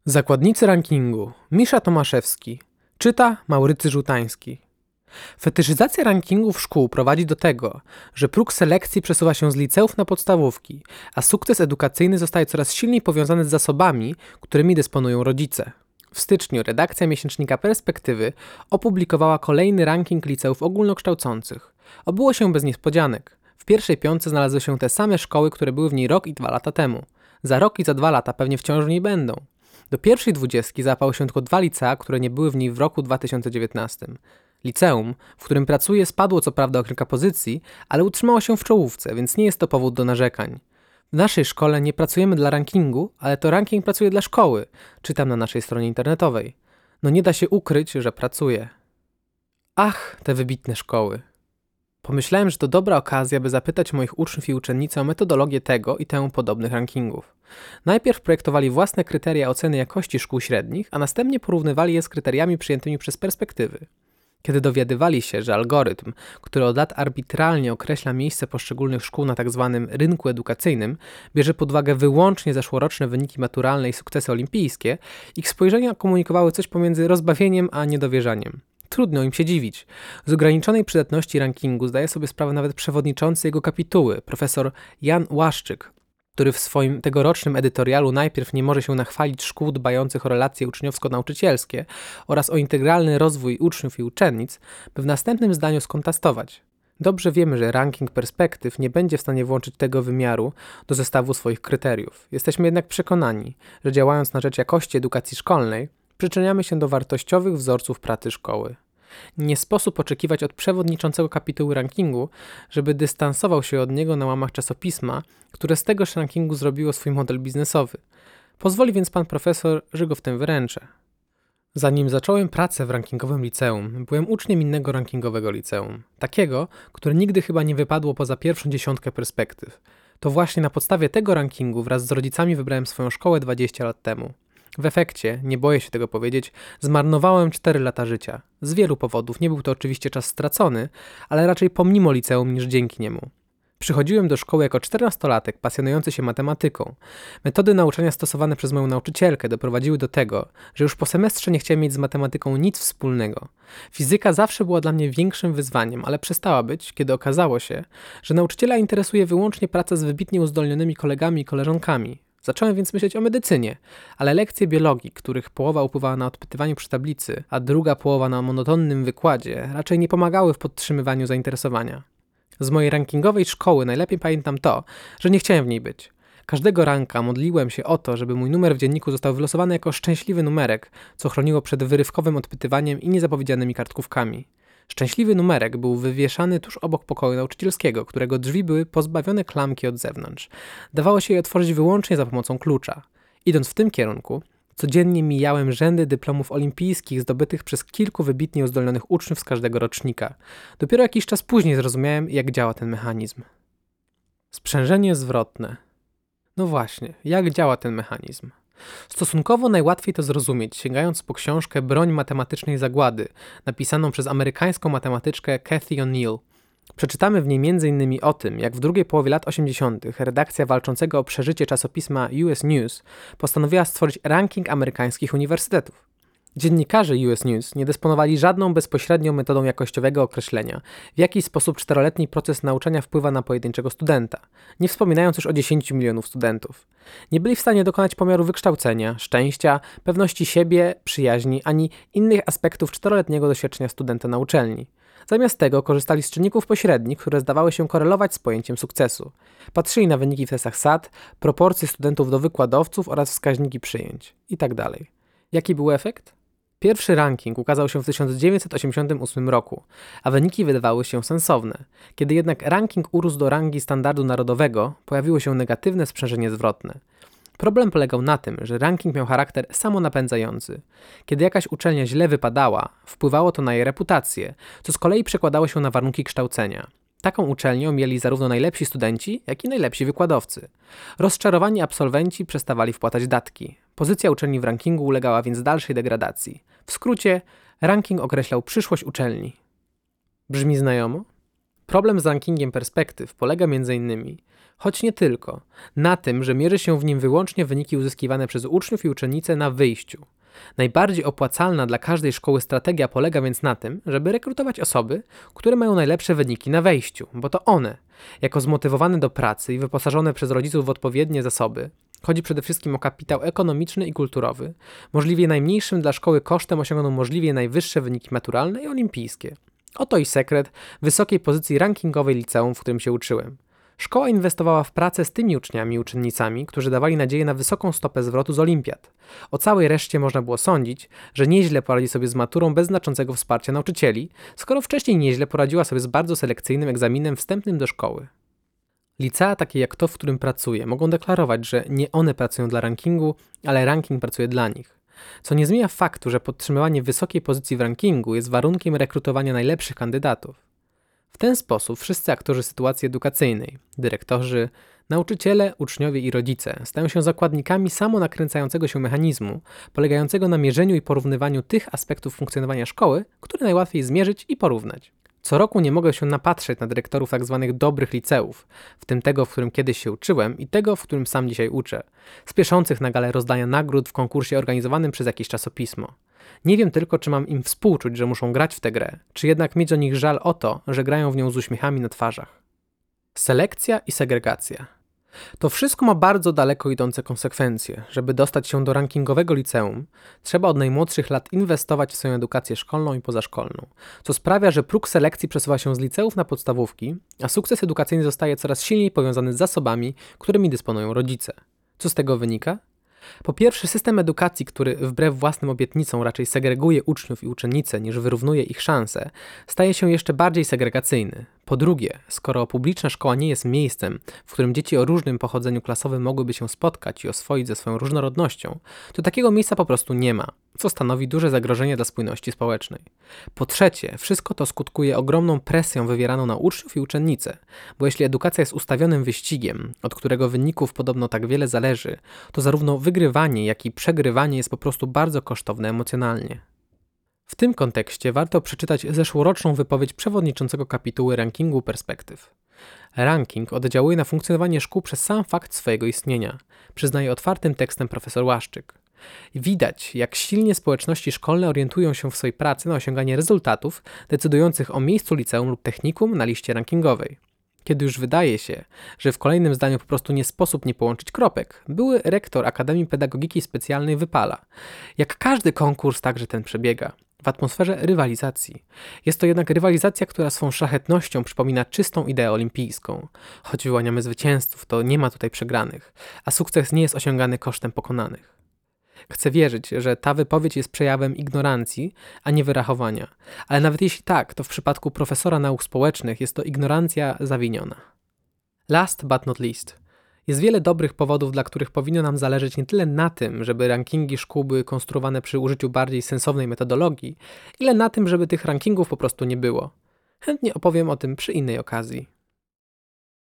Zakładnicy rankingu. Misza Tomaszewski. Czyta Maurycy Żółtański. Fetyszyzacja rankingów szkół prowadzi do tego, że próg selekcji przesuwa się z liceów na podstawówki, a sukces edukacyjny zostaje coraz silniej powiązany z zasobami, którymi dysponują rodzice. W styczniu redakcja miesięcznika Perspektywy opublikowała kolejny ranking liceów ogólnokształcących. Obyło się bez niespodzianek. W pierwszej piątce znalazły się te same szkoły, które były w niej rok i 2 lata temu. Za rok i za 2 lata pewnie wciąż w niej będą. Do pierwszej 20 załapały się tylko 2 licea, które nie były w niej w roku 2019. Liceum, w którym pracuję, spadło co prawda o kilka pozycji, ale utrzymało się w czołówce, więc nie jest to powód do narzekań. W naszej szkole nie pracujemy dla rankingu, ale to ranking pracuje dla szkoły, czytam na naszej stronie internetowej. No nie da się ukryć, że pracuje. Ach, te wybitne szkoły. Pomyślałem, że to dobra okazja, by zapytać moich uczniów i uczennice o metodologię tego i temu podobnych rankingów. Najpierw projektowali własne kryteria oceny jakości szkół średnich, a następnie porównywali je z kryteriami przyjętymi przez Perspektywy. Kiedy dowiadywali się, że algorytm, który od lat arbitralnie określa miejsce poszczególnych szkół na tzw. rynku edukacyjnym, bierze pod uwagę wyłącznie zeszłoroczne wyniki maturalne i sukcesy olimpijskie, ich spojrzenia komunikowały coś pomiędzy rozbawieniem a niedowierzaniem. Trudno im się dziwić. Z ograniczonej przydatności rankingu zdaje sobie sprawę nawet przewodniczący jego kapituły, profesor Jan Łaszczyk, który w swoim tegorocznym edytorialu najpierw nie może się nachwalić szkół dbających o relacje uczniowsko-nauczycielskie oraz o integralny rozwój uczniów i uczennic, by w następnym zdaniu skontrastować. Dobrze wiemy, że ranking Perspektyw nie będzie w stanie włączyć tego wymiaru do zestawu swoich kryteriów. Jesteśmy jednak przekonani, że działając na rzecz jakości edukacji szkolnej, przyczyniamy się do wartościowych wzorców pracy szkoły. Nie sposób oczekiwać od przewodniczącego kapituły rankingu, żeby dystansował się od niego na łamach czasopisma, które z tegoż rankingu zrobiło swój model biznesowy. Pozwoli więc pan profesor, że go w tym wyręczę. Zanim zacząłem pracę w rankingowym liceum, byłem uczniem innego rankingowego liceum. Takiego, które nigdy chyba nie wypadło poza pierwszą 10 Perspektyw. To właśnie na podstawie tego rankingu wraz z rodzicami wybrałem swoją szkołę 20 lat temu. W efekcie, nie boję się tego powiedzieć, zmarnowałem 4 lata życia. Z wielu powodów, nie był to oczywiście czas stracony, ale raczej pomimo liceum niż dzięki niemu. Przychodziłem do szkoły jako 14-latek pasjonujący się matematyką. Metody nauczania stosowane przez moją nauczycielkę doprowadziły do tego, że już po semestrze nie chciałem mieć z matematyką nic wspólnego. Fizyka zawsze była dla mnie większym wyzwaniem, ale przestała być, kiedy okazało się, że nauczyciela interesuje wyłącznie praca z wybitnie uzdolnionymi kolegami i koleżankami. Zacząłem więc myśleć o medycynie, ale lekcje biologii, których połowa upływała na odpytywaniu przy tablicy, a druga połowa na monotonnym wykładzie, raczej nie pomagały w podtrzymywaniu zainteresowania. Z mojej rankingowej szkoły najlepiej pamiętam to, że nie chciałem w niej być. Każdego ranka modliłem się o to, żeby mój numer w dzienniku został wylosowany jako szczęśliwy numerek, co chroniło przed wyrywkowym odpytywaniem i niezapowiedzianymi kartkówkami. Szczęśliwy numerek był wywieszany tuż obok pokoju nauczycielskiego, którego drzwi były pozbawione klamki od zewnątrz. Dawało się je otworzyć wyłącznie za pomocą klucza. Idąc w tym kierunku, codziennie mijałem rzędy dyplomów olimpijskich zdobytych przez kilku wybitnie uzdolnionych uczniów z każdego rocznika. Dopiero jakiś czas później zrozumiałem, jak działa ten mechanizm. Sprzężenie zwrotne. No właśnie, jak działa ten mechanizm? Stosunkowo najłatwiej to zrozumieć, sięgając po książkę Broń matematycznej zagłady, napisaną przez amerykańską matematyczkę Cathy O'Neill. Przeczytamy w niej m.in. o tym, jak w drugiej połowie lat 80. redakcja walczącego o przeżycie czasopisma US News postanowiła stworzyć ranking amerykańskich uniwersytetów. Dziennikarze US News nie dysponowali żadną bezpośrednią metodą jakościowego określenia, w jaki sposób 4-letni proces nauczania wpływa na pojedynczego studenta, nie wspominając już o 10 milionów studentów. Nie byli w stanie dokonać pomiaru wykształcenia, szczęścia, pewności siebie, przyjaźni, ani innych aspektów 4-letniego doświadczenia studenta na uczelni. Zamiast tego korzystali z czynników pośrednich, które zdawały się korelować z pojęciem sukcesu. Patrzyli na wyniki w testach SAT, proporcje studentów do wykładowców oraz wskaźniki przyjęć itd. Jaki był efekt? Pierwszy ranking ukazał się w 1988 roku, a wyniki wydawały się sensowne. Kiedy jednak ranking urósł do rangi standardu narodowego, pojawiło się negatywne sprzężenie zwrotne. Problem polegał na tym, że ranking miał charakter samonapędzający. Kiedy jakaś uczelnia źle wypadała, wpływało to na jej reputację, co z kolei przekładało się na warunki kształcenia. Taką uczelnią mieli zarówno najlepsi studenci, jak i najlepsi wykładowcy. Rozczarowani absolwenci przestawali wpłacać datki. Pozycja uczelni w rankingu ulegała więc dalszej degradacji. W skrócie, ranking określał przyszłość uczelni. Brzmi znajomo? Problem z rankingiem perspektyw polega m.in., choć nie tylko, na tym, że mierzy się w nim wyłącznie wyniki uzyskiwane przez uczniów i uczennice na wyjściu. Najbardziej opłacalna dla każdej szkoły strategia polega więc na tym, żeby rekrutować osoby, które mają najlepsze wyniki na wejściu, bo to one, jako zmotywowane do pracy i wyposażone przez rodziców w odpowiednie zasoby, chodzi przede wszystkim o kapitał ekonomiczny i kulturowy, możliwie najmniejszym dla szkoły kosztem osiągną możliwie najwyższe wyniki maturalne i olimpijskie. Oto i sekret wysokiej pozycji rankingowej liceum, w którym się uczyłem. Szkoła inwestowała w pracę z tymi uczniami i uczennicami, którzy dawali nadzieję na wysoką stopę zwrotu z olimpiad. O całej reszcie można było sądzić, że nieźle poradzi sobie z maturą bez znaczącego wsparcia nauczycieli, skoro wcześniej nieźle poradziła sobie z bardzo selekcyjnym egzaminem wstępnym do szkoły. Licea takie jak to, w którym pracuję, mogą deklarować, że nie one pracują dla rankingu, ale ranking pracuje dla nich. Co nie zmienia faktu, że podtrzymywanie wysokiej pozycji w rankingu jest warunkiem rekrutowania najlepszych kandydatów. W ten sposób wszyscy aktorzy sytuacji edukacyjnej, dyrektorzy, nauczyciele, uczniowie i rodzice stają się zakładnikami samonakręcającego się mechanizmu, polegającego na mierzeniu i porównywaniu tych aspektów funkcjonowania szkoły, które najłatwiej zmierzyć i porównać. Co roku nie mogę się napatrzeć na dyrektorów tzw. dobrych liceów, w tym tego, w którym kiedyś się uczyłem i tego, w którym sam dzisiaj uczę, spieszących na galę rozdania nagród w konkursie organizowanym przez jakieś czasopismo. Nie wiem tylko, czy mam im współczuć, że muszą grać w tę grę, czy jednak mieć o nich żal o to, że grają w nią z uśmiechami na twarzach. Selekcja i segregacja. To wszystko ma bardzo daleko idące konsekwencje. Żeby dostać się do rankingowego liceum, trzeba od najmłodszych lat inwestować w swoją edukację szkolną i pozaszkolną, co sprawia, że próg selekcji przesuwa się z liceów na podstawówki, a sukces edukacyjny zostaje coraz silniej powiązany z zasobami, którymi dysponują rodzice. Co z tego wynika? Po pierwsze, system edukacji, który wbrew własnym obietnicom raczej segreguje uczniów i uczennice niż wyrównuje ich szanse, staje się jeszcze bardziej segregacyjny. Po drugie, skoro publiczna szkoła nie jest miejscem, w którym dzieci o różnym pochodzeniu klasowym mogłyby się spotkać i oswoić ze swoją różnorodnością, to takiego miejsca po prostu nie ma, co stanowi duże zagrożenie dla spójności społecznej. Po trzecie, wszystko to skutkuje ogromną presją wywieraną na uczniów i uczennice, bo jeśli edukacja jest ustawionym wyścigiem, od którego wyników podobno tak wiele zależy, to zarówno wygrywanie, jak i przegrywanie jest po prostu bardzo kosztowne emocjonalnie. W tym kontekście warto przeczytać zeszłoroczną wypowiedź przewodniczącego kapituły rankingu perspektyw. Ranking oddziałuje na funkcjonowanie szkół przez sam fakt swojego istnienia, przyznaje otwartym tekstem profesor Łaszczyk. Widać, jak silnie społeczności szkolne orientują się w swojej pracy na osiąganie rezultatów decydujących o miejscu liceum lub technikum na liście rankingowej. Kiedy już wydaje się, że w kolejnym zdaniu po prostu nie sposób nie połączyć kropek, były rektor Akademii Pedagogiki Specjalnej wypala. Jak każdy konkurs, także ten przebiega w atmosferze rywalizacji. Jest to jednak rywalizacja, która swą szlachetnością przypomina czystą ideę olimpijską. Choć wyłaniamy zwycięzców, to nie ma tutaj przegranych, a sukces nie jest osiągany kosztem pokonanych. Chcę wierzyć, że ta wypowiedź jest przejawem ignorancji, a nie wyrachowania. Ale nawet jeśli tak, to w przypadku profesora nauk społecznych jest to ignorancja zawiniona. Last but not least. Jest wiele dobrych powodów, dla których powinno nam zależeć nie tyle na tym, żeby rankingi szkół były konstruowane przy użyciu bardziej sensownej metodologii, ile na tym, żeby tych rankingów po prostu nie było. Chętnie opowiem o tym przy innej okazji.